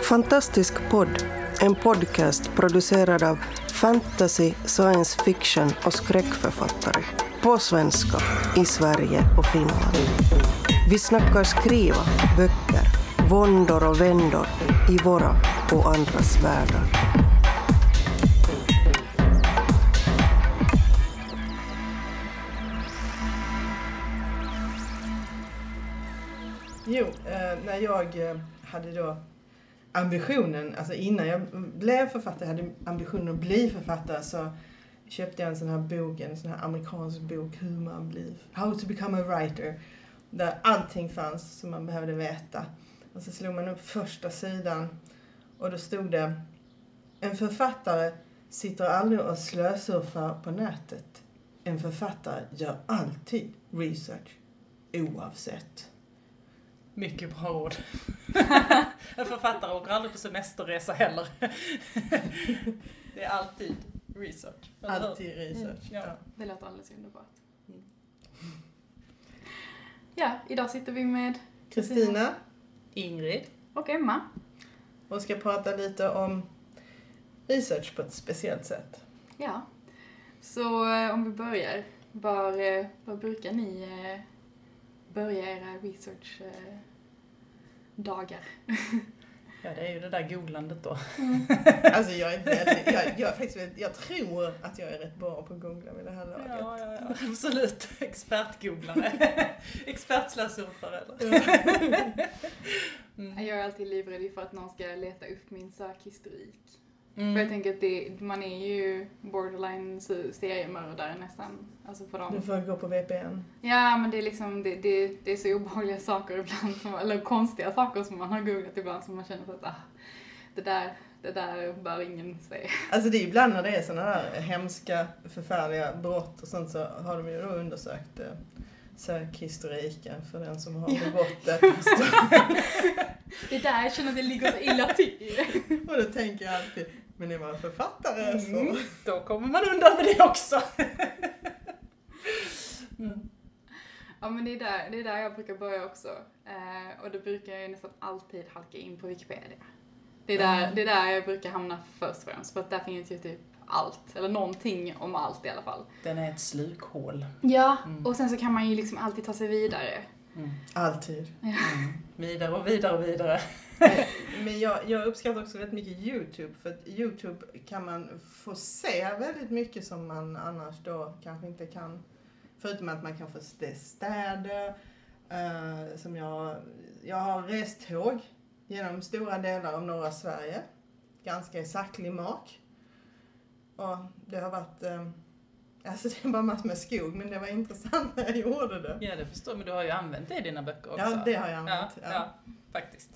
Fantastisk podd, en podcast producerad av fantasy, science fiction och skräckförfattare. På svenska, i Sverige och Finland. Vi snackar skriva, böcker, våndor och vändor i våra och andras världar. När jag hade då ambitionen, alltså innan jag blev författare, hade ambitionen att bli författare, så köpte jag en sån här bok, en sån här amerikansk bok, How to become a writer, där allting fanns som man behövde veta. Och så slog man upp första sidan och då stod det: en författare sitter aldrig och slösurfar på nätet. En författare gör alltid research, oavsett. Mycket bra ord. En författare åker aldrig på semesterresa heller. Det är alltid research. Alltid research, ja. Det låter alldeles underbart. Ja, idag sitter vi med Kristina, Ingrid och Emma. Och ska prata lite om research på ett speciellt sätt. Ja, så om vi börjar. Var brukar ni börja era research-dagar? Ja, det är ju det där googlandet då. Alltså jag tror att jag är rätt bra på att googla med det här laget. Ja, absolut. Expertgooglare. Expertslösurfare eller? Jag är alltid livrädd för att någon ska leta upp min sökhistorik. För jag tänker att man är ju borderline seriemördare nästan. Alltså på dem. Du får gå på VPN. Ja, men det är liksom, det är så obehagliga saker ibland, eller konstiga saker som man har googlat ibland, som man känner att det där bör ingen säga. Alltså det är ibland när det är sådana här hemska, förfärliga brott och sånt, så har de ju då undersökt sökhistoriken för den som har begått det. Det är där jag känner att det ligger så illa till. Och då tänker jag alltid, men är man författare så... Då kommer man undan med det också. Ja, men det är där jag brukar börja också. Och då brukar jag nästan alltid halka in på Wikipedia. Det är där jag brukar hamna först och främst. För att där finns ju typ allt. Eller någonting om allt i alla fall. Den är ett slukhål. Ja, och sen så kan man ju liksom alltid ta sig vidare. Alltid. Vidare och vidare och vidare. Men jag uppskattar också väldigt mycket YouTube. För att YouTube kan man få se väldigt mycket som man annars då kanske inte kan. Förutom att man kan få se städer. Som jag har rest tåg genom stora delar av norra Sverige. Ganska i saktlig mak. Och det har varit... Alltså det är bara massor med skog, men det var intressant när jag gjorde det. Ja, det förstår jag, men du har ju använt det i dina böcker också. Ja, det har jag använt. Ja, faktiskt.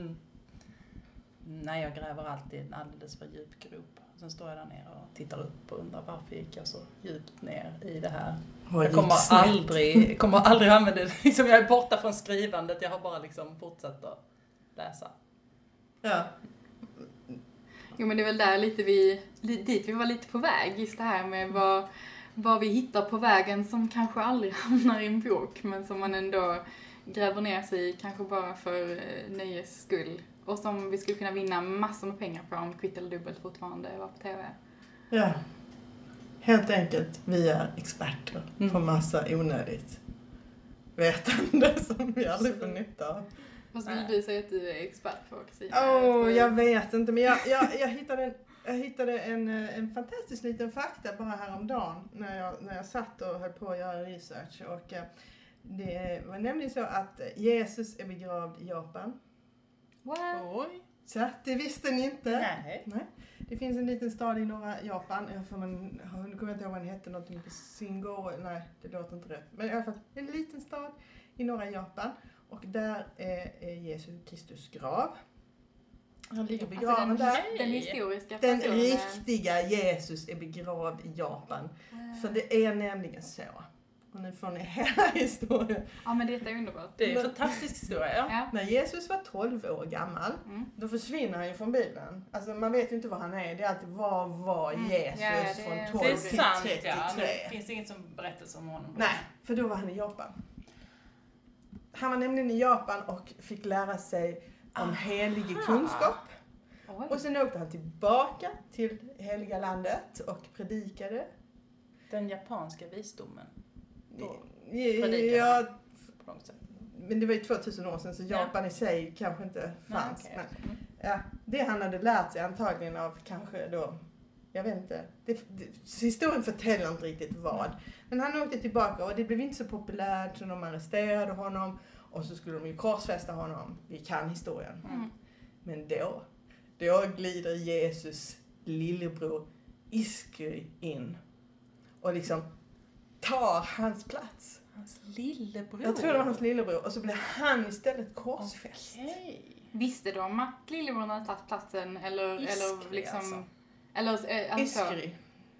Nej, jag gräver alltid en alldeles för djup grop. Sen står jag där nere och tittar upp och undrar varför gick jag så djupt ner i det här. Jag kommer aldrig använda det. Liksom jag är borta från skrivandet, jag har bara liksom fortsatt att läsa. Ja. Jo, men det är väl där dit vi var lite på väg. Just det här med vad vi hittar på vägen som kanske aldrig hamnar i en bok. Men som man ändå gräver ner sig i, kanske bara för nöjes skull. Och som vi skulle kunna vinna massor med pengar på om Kvitt eller Dubbelt fortfarande var på TV. Ja. Helt enkelt, vi är experter på massa onödigt vetande som vi aldrig får nytta av. Vad skulle du säga att du är expert på, Kristina? Jag vet inte, men jag hittade en fantastisk liten fakta bara häromdagen när jag satt och höll på att göra research. Och det var nämligen så att Jesus är begravd i Japan. What? Oj. Så det visste ni inte? Nej. Det finns en liten stad i norra Japan. Nu kommer jag inte ihåg vad den hette. Någonting på Singapore. Nej, det låter inte rätt. Men i alla fall en liten stad i norra Japan. Och där är Jesus Kristus grav. Han ligger begraven alltså där. Den historiska Den personen. riktiga Jesus är begravd i Japan. För det är nämligen så. Och nu får ni hela historien. Ja, men detta är underbart. Det är en fantastisk historia. Ja. När Jesus var 12 år gammal, då försvinner han ju från Bibeln. Alltså man vet ju inte var han är. Det är alltid var Jesus från 12 till 33. Ja, det finns inget som berättas om honom. Nej, för då var han i Japan. Han var nämligen i Japan och fick lära sig om helig kunskap. Oj. Och sen åkte han tillbaka till heliga landet och predikade. Den japanska visdomen. Ja, På något sätt. men det var ju 2000 år sedan så Japan i sig kanske inte fanns. Nej, okay. Men, ja, det han hade lärt sig antagligen av kanske då, jag vet inte, historien förtäller inte riktigt vad. Men han åkte tillbaka och det blev inte så populärt så de arresterade honom och så skulle de ju korsfästa honom. Vi kan historien. Men då glider Jesus lillebror Iskry in och liksom tar hans plats. Hans lillebror? Jag tror det var hans lillebror. Och så blev han istället korsfäst. Okay. Visste de att lillebror hade tagit platsen? Eller liksom... Alltså. Eller, Iskry.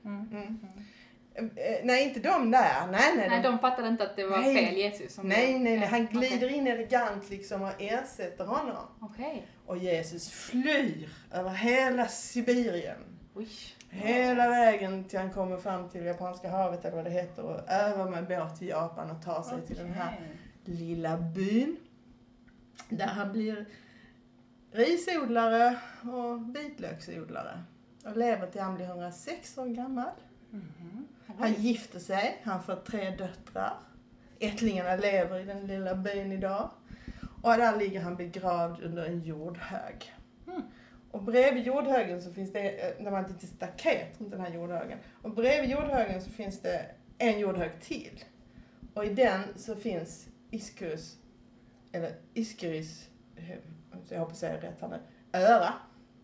Nej, inte de där. Nej, de fattade inte att det var fel Jesus. Som nej. Han glider in elegant liksom och ersätter honom. Okej. Och Jesus flyr över hela Sibirien. Oj. Hela vägen till han kommer fram till Japanska havet eller vad det heter. Och över med båt till Japan och tar sig till den här lilla byn. Där han blir risodlare och vitlöksodlare. Och lever till han blir 106 år gammal. Han gifter sig, han får 3 döttrar. Ättlingarna lever i den lilla byn idag. Och där ligger han begravd under en jordhög. Och bredvid jordhögen så finns det, när man inte staket runt den här jordhögen. Och bredvid jordhögen så finns det en jordhög till. Och i den så finns Iskrys, jag hoppas jag säger rätt här nu, öra.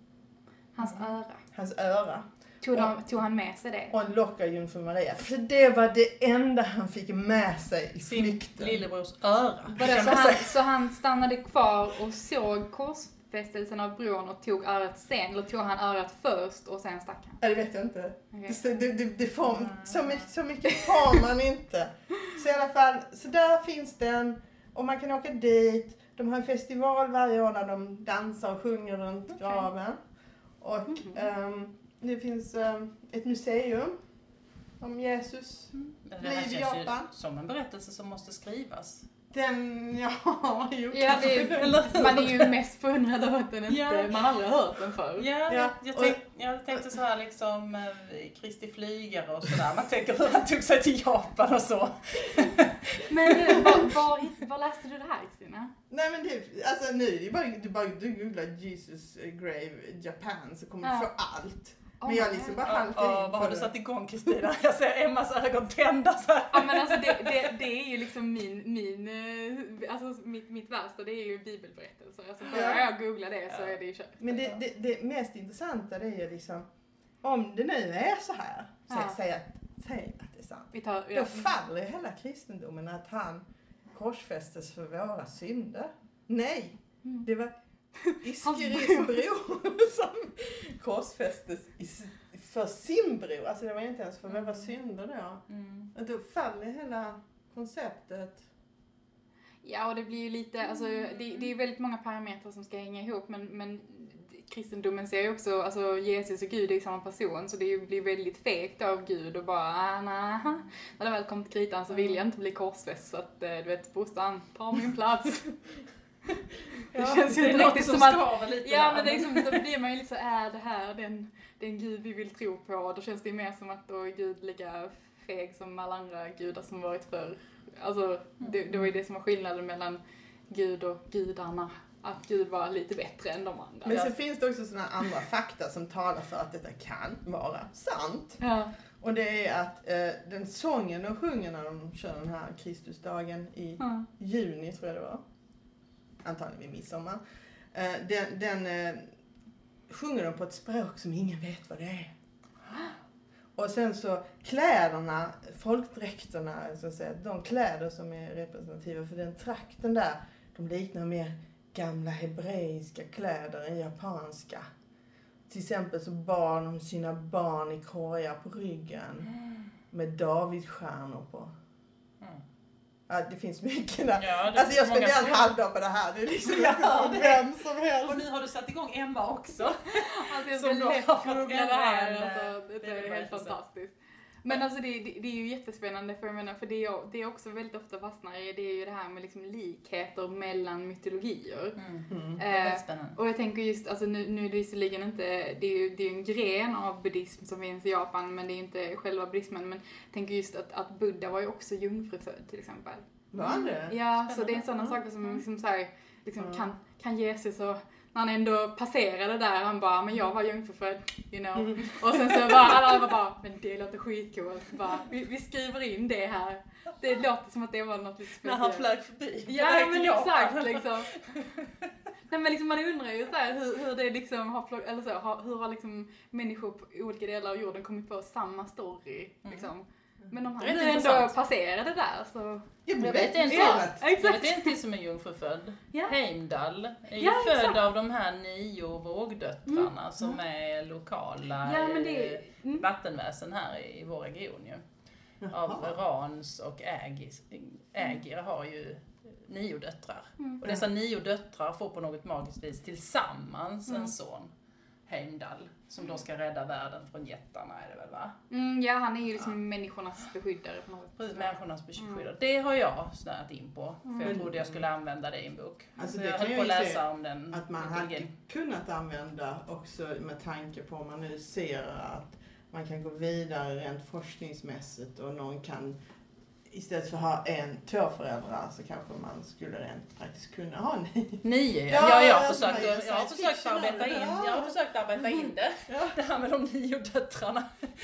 Hans öra. Tog han med sig det? Och en lock av Jungfru Maria. För det var det enda han fick med sig i flykten. Lillebrors öra. Så han stannade kvar och såg korsfästelsen av bron och tog örat sen? Eller tog han örat först och sen stack han? Ja, det vet jag inte. Okay. Det får, så mycket får man inte. Så i alla fall, så där finns den. Och man kan åka dit. De har en festival varje år när de dansar och sjunger runt graven. Och det finns ett museum om Jesus liv i Japan. Ju som en berättelse som måste skrivas. Man är ju mest förundrad av att den inte, man aldrig har hört den förr. Jag tänkte så här liksom Kristi flygare och sådär. Man tänker hur han tog sig till Japan och så. Men var läste du det här, Kristina? Nej men alltså nu är det bara du googlar Jesus grave Japan så kommer du få allt. Men jag liksom bara halkar vad har du satt igång, Kristina? Jag ser Emmas ögon tändas här. Ja men alltså det är ju liksom mitt värsta, det är ju bibelberättelser. Alltså börjar jag googla det så är det ju kört. Men det mest intressanta det är ju liksom, om det nu är så här, säg att det är sant. Då faller hela kristendomen att han korsfästes för våra synder. Nej, det var Iskrys bror som korsfästes för sin bror. Alltså det var inte ens för våra synder då. Och då faller hela konceptet. Ja, och det blir ju lite, alltså det är väldigt många parametrar som ska hänga ihop, men kristendomen ser ju också, alltså Jesus och Gud är samma person, så det blir väldigt fegt av Gud och bara, när det väl kom till kritan så vill jag inte bli korsfäst, så att du vet, brorsan, ta min plats. Det känns ju inte riktigt som att, men det är liksom, då blir man ju lite så, är det här den Gud vi vill tro på? Då känns det mer som att då är Gud lika feg som alla andra gudar som varit förr. Alltså, det var ju det som var skillnaden mellan Gud och gudarna. Att Gud var lite bättre än de andra. Men så finns det också sådana andra fakta som talar för att detta kan vara sant. Ja. Och det är att den sången de sjunger när de kör den här Kristusdagen i juni, tror jag det var. Antagligen vid midsommar. Den sjunger de på ett språk som ingen vet vad det är. Och sen så kläderna, folkdräkterna, så att säga, de kläder som är representativa för den trakten där, de liknar mer gamla hebreiska kläder än japanska. Till exempel så bar de sina barn i korgar på ryggen med Davidstjärnor på. Ja, det finns mycket där. Ja, alltså jag spenderar en halvdag på det här. Det är liksom vem som helst. Och nu har du satt igång Emma också. Alltså jag ska lätt googla det här. Alltså, det är helt fantastiskt. Men alltså det är ju jättespännande för jag menar, för det jag också väldigt ofta fastnar i, det är ju det här med liksom likheter mellan mytologier. Det är väldigt spännande. Och jag tänker just, alltså nu är det visserligen inte, det är ju en gren av buddhism som finns i Japan, men det är inte själva buddhismen. Men jag tänker just att Buddha var ju också jungfrufödd till exempel. Var det? Ja, Spännande. så det är en sån sak som liksom så här, liksom kan Jesus och när han ändå passerade där, han bara, men jag var jungfrufödd, you know. Och sen så bara, alla bara, men det låter skitcoolt. Bara, vi skriver in det här. Det låter som att det var något lite speciellt. När han flög förbi. Ja, men exakt liksom. Nej, men liksom man undrar ju så här, hur det liksom har, eller så, hur har liksom människor på olika delar av jorden kommit på samma story liksom. Men om han nu ändå passerade där så... Jag vet en till som är jungfrufödd. Ja. Heimdall är ju född av de här 9 vågdöttrarna som är lokala vattenväsen här i vår region ju. Av Rans och Ägir har ju 9 döttrar. Och dessa 9 döttrar får på något magiskt vis tillsammans en son. Heimdall, som då ska rädda världen från jättarna, är det väl va? Ja, han är ju liksom människornas beskyddare på något sätt. Precis, människornas beskyddare. Det har jag snöat in på, för jag trodde jag skulle använda det i en bok. Alltså så det jag kan höll jag på att ju läsa se om den. att man hade kunnat använda också med tanke på om man nu ser att man kan gå vidare rent forskningsmässigt och någon kan istället för att ha 2 föräldrar så kanske man skulle rent praktiskt kunna ha 9. Ja, jag har försökt arbeta in det. Det här med de 9 döttrarna.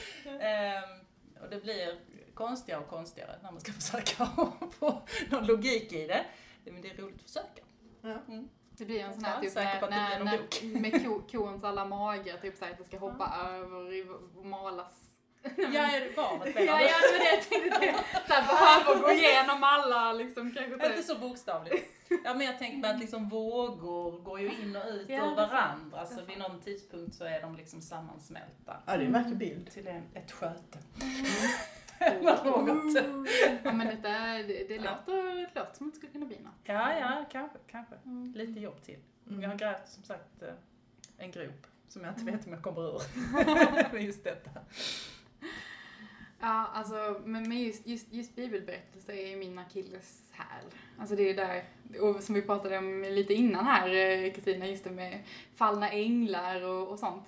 Och det blir konstigare och konstigare när man ska försöka få någon logik i det. Men det är roligt att försöka. Ja. Det blir en sån här typ när med kons alla magar, typ så här, att det ska hoppa över och malas. Ja, är det barnet med? Ja, det var det jag tänkte. Såhär behöver gå igenom alla liksom kanske. Inte så bokstavligt. Ja, men jag tänkte mig att liksom vågor går ju in och ut ur varandra. Alltså vid någon tidpunkt så är de liksom sammansmälta. Ja, det är en vacker bild. Till ett sköte. Ja, men det låter som att det skulle kunna bli något. Ja, kanske. Lite jobb till. Jag har grävt som sagt en grop som jag inte vet om jag kommer ur. Just detta. Ja, alltså, men just bibelberättelse är ju min akilleshäl. Alltså det är där, och som vi pratade om lite innan här, Kristina, just det med fallna änglar och sånt.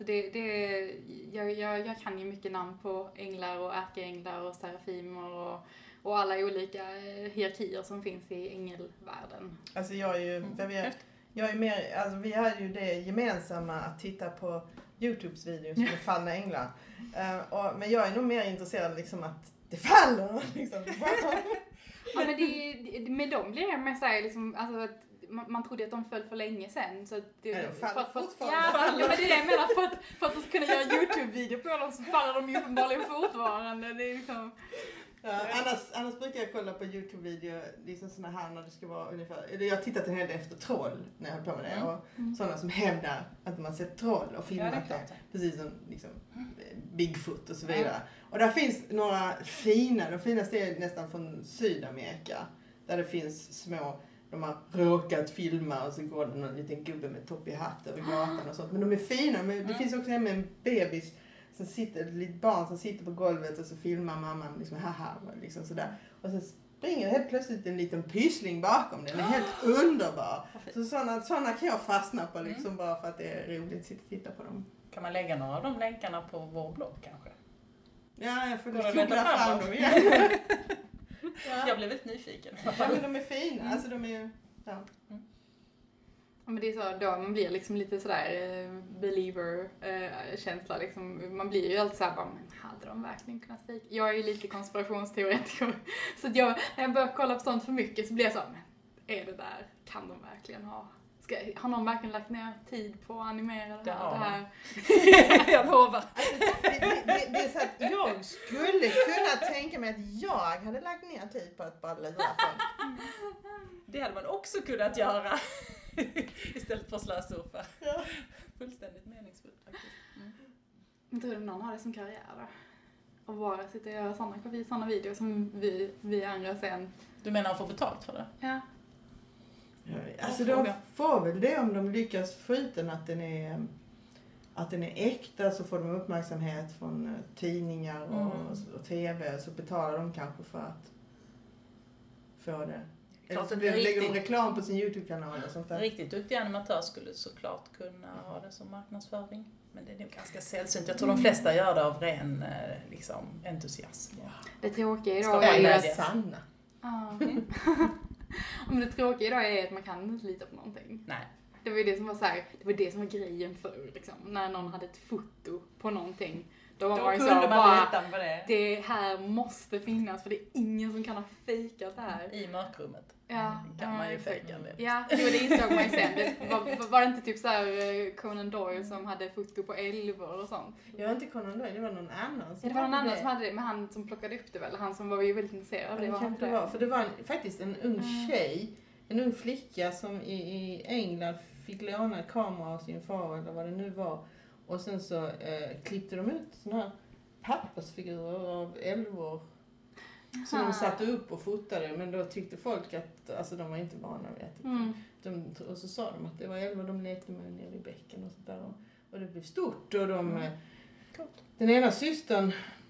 Jag kan ju mycket namn på änglar och ärkeänglar och serafimer och alla olika hierarkier som finns i ängelvärlden. Alltså jag är mer, alltså vi hade ju det gemensamma att titta på YouTubes videos som är fallna änglar. Men jag är nog mer intresserad liksom att det faller. Liksom. Ja, men med dem blir det med så här, liksom, alltså att man trodde att de föll för länge sedan. Så att det faller fortfarande. Ja, men det är det jag menar. För att de ska kunna göra YouTube-video på dem så faller de ju uppenbarligen fortfarande. Det är liksom... Ja, annars brukar jag kolla på YouTube-video liksom såna här när det ska vara ungefär, jag har tittat en hel del efter troll när jag höll på med det och sådana som hävdar att man sett troll och filmat det precis som liksom Bigfoot och så vidare. Och där finns några de finaste är nästan från Sydamerika där det finns små, de har råkat filma och så går det någon liten gubbe med topp i hatt över gatan och sånt, men de är fina, men det finns också en bebis som sitter, ett litet barn som sitter på golvet och så filmar mamman liksom haha liksom sådär. Och så springer helt plötsligt en liten pyssling bakom den. Den är helt underbar. Så sådana kan jag fastna på liksom bara för att det är roligt att sitta och titta på dem. Kan man lägga några av de länkarna på vår blogg kanske? Ja, jag får googla fram dem igen. Jag blev väldigt nyfiken. Ja, men de är fina. Alltså de är ja. Ja, men det är så då man blir liksom lite sådär believer-känsla liksom. Man blir ju alltid såhär bara, men hade de verkligen kunnat fejka? Jag är ju lite konspirationsteoretiker. Så att när jag börjar kolla på sånt för mycket så blir jag så, men är det där? Kan de verkligen ha? Har någon verkligen lagt ner tid på att animera det här? Jag lovar. Det är så att jag skulle kunna tänka mig att jag hade lagt ner tid på att bara lura folk. Det hade man också kunnat göra. Istället för att slösurfa. Ja. Fullständigt meningsfullt faktiskt. Jag tror att någon har det som karriär då. Och bara sitta och göra sådana videos som vi andra sen. Du menar att få betalt för det? Ja. Alltså de får väl det om de lyckas få ut den att den är att den är äkta så får de uppmärksamhet från tidningar och tv, så betalar de kanske för att få det. Eller så lägger de reklam på sin YouTube-kanal och sånt där. Riktigt duktiga animatör skulle såklart kunna ha det som marknadsföring. Men det är nog ganska sällsynt. Jag tror de flesta gör det av ren entusiasm. Det tråkiga idag är ju att sanna. Men det tråkiga idag är att man kan inte lita på någonting. Nej. Det var ju det som var så här, det var det som var grejen förr liksom. När någon hade ett foto på någonting. Då var man ju så bara, det här måste finnas för det är ingen som kan ha fejkat det här. I mörkrummet. Ja, kan man ju fejka det. Ja, det insåg man ju sen. Var det inte typ så här Conan Doyle som hade foto på älvor och sånt? Jag var inte Conan Doyle, det var någon annan som det var någon annan som hade det, men han som plockade upp det väl. Han som var ju väldigt intresserad av det. För det var faktiskt en ung tjej, en ung flicka som i England fick låna kamera av sin far eller vad det nu var. Och sen så klippte de ut såna här pappersfigurer av älvor. Så de satte upp och fotade, men då tyckte folk att alltså, de var inte vana vid det. Och så sa de att det var älvor de lekte med nere i bäcken och sånt där. Och det blev stort och den ena systern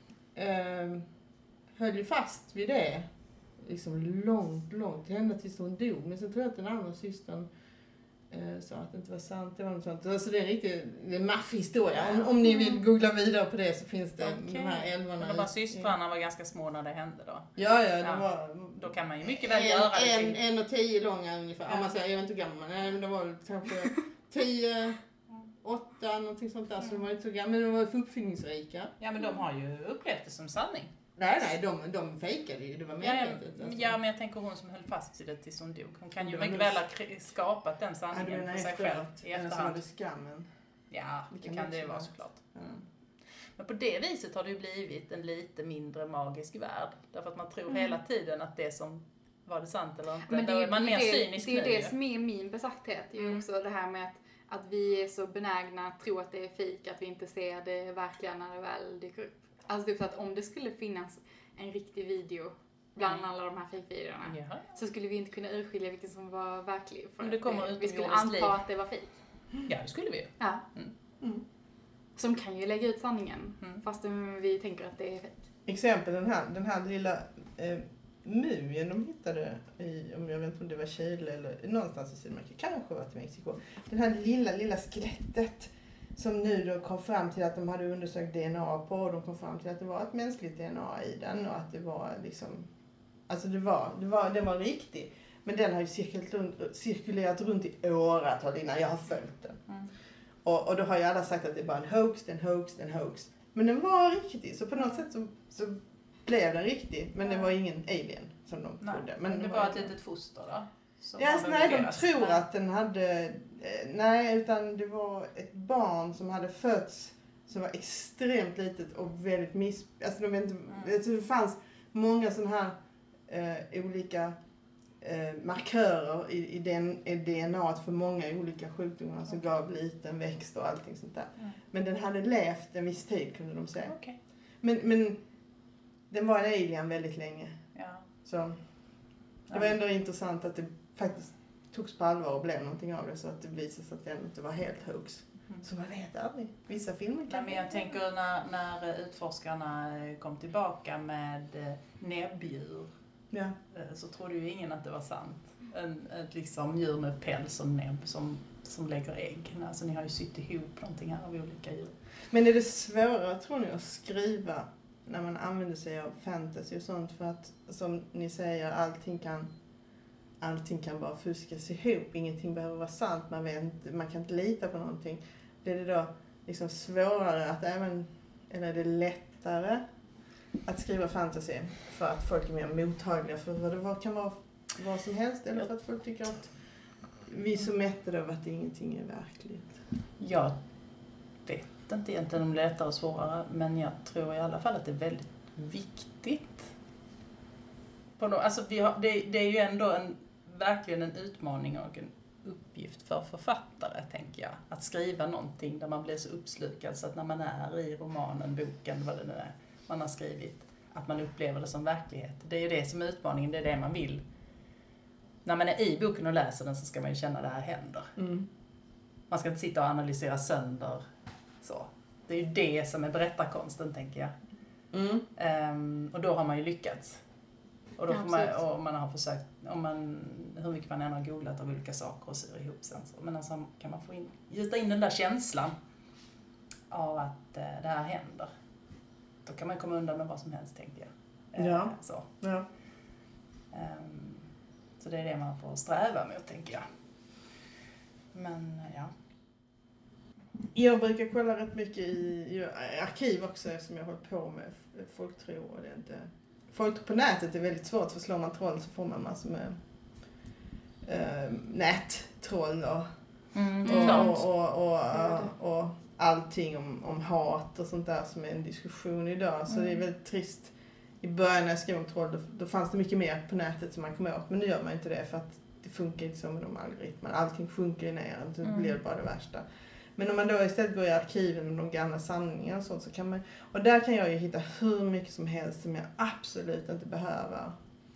höll ju fast vid det liksom långt ända tills hon dog. Men sen tror jag att den andra systern sa att det inte var sant. Det var något sånt. Alltså det är en riktig maffhistoria. Om ni vill googla vidare på det så finns det de här älvarna. De här systrarna var ganska små när det hände då. Ja, det var... Då kan man ju mycket väl göra det. 1,10 långa ungefär. Ja. Man säger, jag vet inte hur gammal. Nej, det var kanske 10, 8, någonting sånt där. Så de var inte så gamla. Men de var uppfinningsrika. Ja, men de har ju upplevt det som sanning. Nej, de fejkade ju. Det var medvetet. Ja, men jag tänker hon som höll fast vid det tills hon dog. Hon kan ju mycket väl ha skapat den sanningen för sig själv i efterhand. Det skammen. Ja, det kan det vara såklart. Ja. Men på det viset har det ju blivit en lite mindre magisk värld. Därför att man tror hela tiden att det som var det sant eller inte. Men det är man mer cynisk. Det är det som är min besatthet. Det är ju också det här med att vi är så benägna att tro att det är fake, att vi inte ser det verkliga när det väl dyker upp. Alltså typ så att om det skulle finnas en riktig video bland alla de här fake-videorna så skulle vi inte kunna urskilja vilken som var verklig. För det kommer vi skulle anta att det var fake. Ja, det skulle vi ju. Ja. Som kan ju lägga ut sanningen fast vi tänker att det är fake. Exempel den här lilla mumien de hittade i, om jag vet inte om det var Chile eller någonstans i Sydamerika, kanske var till Mexiko. Den här lilla skelettet som nu då kom fram till att de hade undersökt DNA på, och de kom fram till att det var ett mänskligt DNA i den och att det var liksom, alltså den var riktig. Men den har ju cirkulerat runt i åratal innan jag har följt den. Och då har ju alla sagt att det är bara en hoax. Men den var riktig, så på något sätt så blev den riktig, men det var ingen alien som de trodde. Men det var ett litet foster då? Nej, de tror att den hade... Nej, utan det var ett barn som hade fötts som var extremt litet och väldigt Alltså de vet inte... Det fanns många sådana här olika markörer i DNA för många olika sjukdomar som gav liten växt och allting sånt där. Men den hade levt en viss tid, kunde de säga. Okay. Men den var en alien väldigt länge. Ja. Så det var ändå intressant att det faktiskt togs på allvar och blev någonting av det, så att det visade sig att det inte var helt hoax. Så man vet aldrig. Vissa filmer kan... Men jag tänker när utforskarna kom tillbaka med näbbdjur så trodde ju ingen att det var sant. Ett liksom djur med päls och näbb som lägger ägg. Alltså ni har ju sytt ihop någonting här av olika djur. Men är det svårare, tror ni, att skriva när man använder sig av fantasy och sånt, för att som ni säger, allting kan bara fuskas ihop, ingenting behöver vara sant, man kan inte lita på någonting. Blir det då liksom svårare att eller är det lättare att skriva fantasy för att folk är mer mottagliga för vad det kan vara vad som helst, eller för att folk tycker att vi är så mättade av att ingenting är verkligt? Jag vet inte egentligen om det är lättare och svårare, men jag tror i alla fall att det är väldigt viktigt. Alltså det är ju ändå verkligen en utmaning och en uppgift för författare, tänker jag. Att skriva någonting där man blir så uppslukad så att när man är i romanen, boken, vad det nu är man har skrivit, att man upplever det som verklighet. Det är ju det som är utmaningen, det är det man vill. När man är i boken och läser den så ska man ju känna att det här händer. Man ska inte sitta och analysera sönder Så. Det är ju det som är berättarkonsten, tänker jag. Och då har man ju lyckats. Och då får man har försökt, hur mycket man än har googlat av olika saker och syr ihop sen. Så. Men alltså kan man gjuta in den där känslan av att det här händer. Då kan man komma undan med vad som helst, tänkte jag. Ja. Så. Ja. Så det är det man får sträva mot, tänker jag. Men ja. Jag brukar kolla rätt mycket i arkiv också, eftersom jag håller på med folktro. Och det är inte... Folk på nätet är väldigt svårt, för slår man troll så får man massor med nättroll och allting om hat och sånt där som är en diskussion idag. Så det är väldigt trist. I början när jag skrev om troll, då fanns det mycket mer på nätet som man kom åt. Men nu gör man inte det, för att det funkar inte så med de algoritmerna. Allting funkar ner, så blir det bara det värsta. Men om man då istället går i arkiven med de gamla sanningarna och sånt, så kan man... Och där kan jag ju hitta hur mycket som helst som jag absolut inte behöver.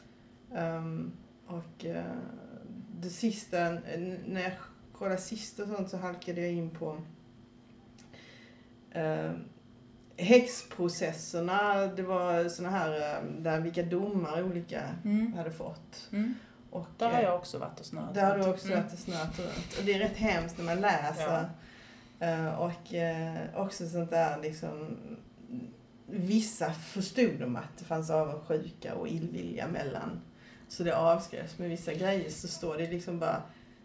Det sista, när jag kollade sist och sånt, så halkade jag in på häxprocesserna. Det var såna här där vilka domar olika hade fått. Och där har jag också varit och snöat. Där har du också varit och snöat runt. Och det är rätt hemskt när man läser. Och också sånt där liksom, vissa förstod de att det fanns avundsjuka och illvilja mellan, så det avskrevs. Med vissa grejer så står det liksom bara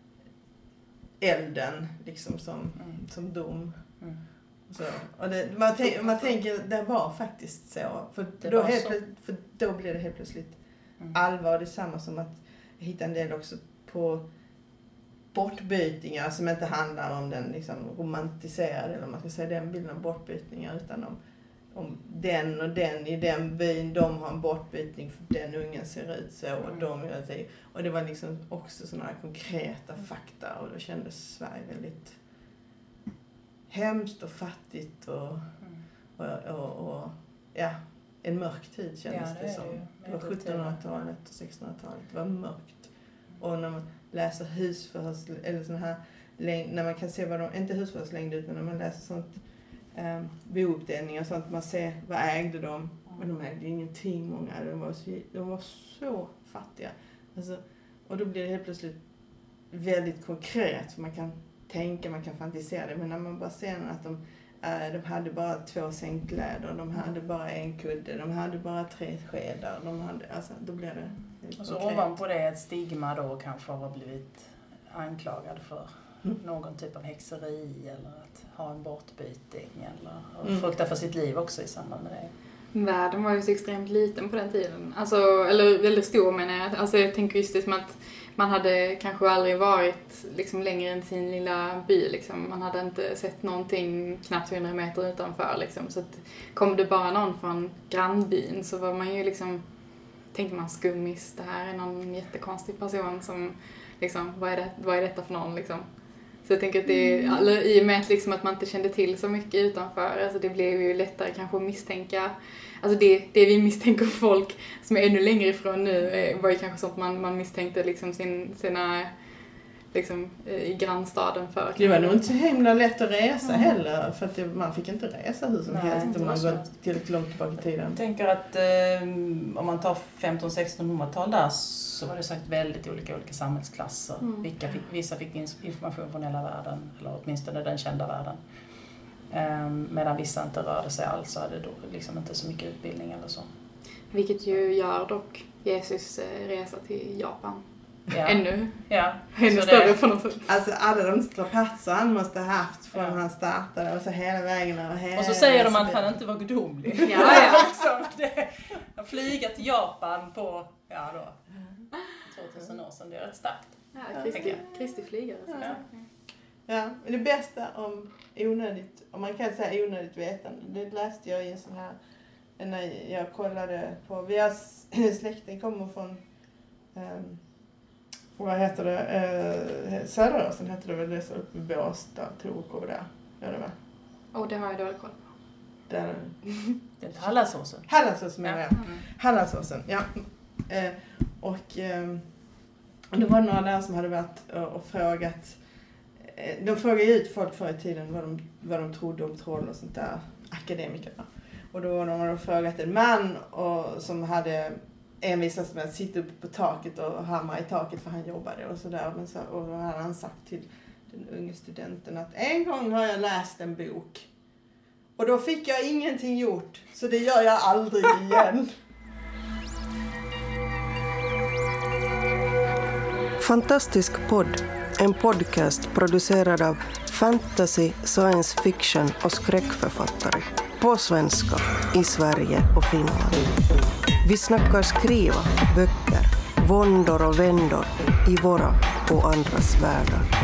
elden liksom som dom. Så. Och man tänker, det var faktiskt så. För då blir det helt plötsligt allvar. Det är samma som att hitta en del också på bortbytningar som inte handlar om den liksom romantiserade, eller man ska säga den bilden av bortbytningar, utan om den och den i den byn, de har en bortbytning för den ungen ser ut så och det var liksom också sådana här konkreta fakta, och då kändes Sverige väldigt hemskt och fattigt och en mörk tid kändes det som. Det var 1700-talet och 1600-talet, det var mörkt. Och när man läser husförhörs, eller sån här, när man kan se vad de, inte husförhörslängd, utan när man läser sånt, bouppdelningar och sånt, man ser vad ägde de, men de ägde ingenting, många, de var så fattiga. Alltså, och då blir det helt plötsligt väldigt konkret, för man kan tänka, man kan fantisera det, men när man bara ser att de hade bara 2 sängkläder, de hade bara en kudde, de hade bara 3 skedar, då blir det och så ovanpå det ett stigma då kanske har blivit anklagad för någon typ av häxeri, eller att ha en bortbyting, eller frukta för sitt liv också i samband med det. Världen var ju så extremt liten på den tiden. Alltså, eller väldigt stor, menar jag. Alltså, jag tänker just det som att man hade kanske aldrig varit liksom längre än sin lilla by. Liksom. Man hade inte sett någonting knappt 100 meter utanför. Liksom. Så att kom det bara någon från grannbyn, så var man ju liksom, tänkte man, skummis. Det här är någon jättekonstig person som liksom, vad är detta för någon liksom. Så jag tänker att det är, eller, i och med att, liksom, att man inte kände till så mycket utanför, alltså det blev ju lättare kanske att misstänka, alltså det vi misstänker folk som är ännu längre ifrån nu var ju kanske sånt man misstänkte liksom sina liksom i grannstaden för. Det var nog inte så himla lätt att resa heller, för att man fick inte resa hur som helst om man går tillräckligt långt tillbaka i tiden. Jag tänker att om man tar 1500-1600-tal där, så var det sagt väldigt olika samhällsklasser. Vissa fick information från hela världen, eller åtminstone den kända världen. Medan vissa inte rörde sig alls, så hade då liksom inte så mycket utbildning eller så. Vilket ju gör dock Jesus resa till Japan. Ja. Ännu så större på något sätt. Alltså alla de strapatser han måste ha haft från han startade, och så hela vägen över. Och så säger de att han inte var gudomlig. Att flyga till Japan på 2000 år sedan, det är rätt starkt. Ja, Kristi flygare. Ja, men det bästa om man kan säga onödigt vetande, det läste jag i en sån här, när jag kollade på, släkten kommer från vad heter det, Söderåsen heter det väl, det så uppe i Båstad, Torekov där. Ja, det var. Det har jag dålig koll på. Där. Det är inte Hallandsåsen. Hallandsåsen menar jag. Hallandsåsen, ja. Och det var några där som hade varit och frågat de frågade ut folk förr i tiden vad de trodde om troll och sånt där, akademikerna. Och då hade de frågat en man som hade envisats med att sitta uppe på taket och hamra i taket för han jobbade och sådär. Och då hade han sagt till den unge studenten att en gång har jag läst en bok. Och då fick jag ingenting gjort, så det gör jag aldrig igen. Fantastisk podd, en podcast producerad av fantasy, science fiction och skräckförfattare. På svenska, i Sverige och Finland. Vi snackar skriva, böcker, våndor och vändor i våra och andras världar.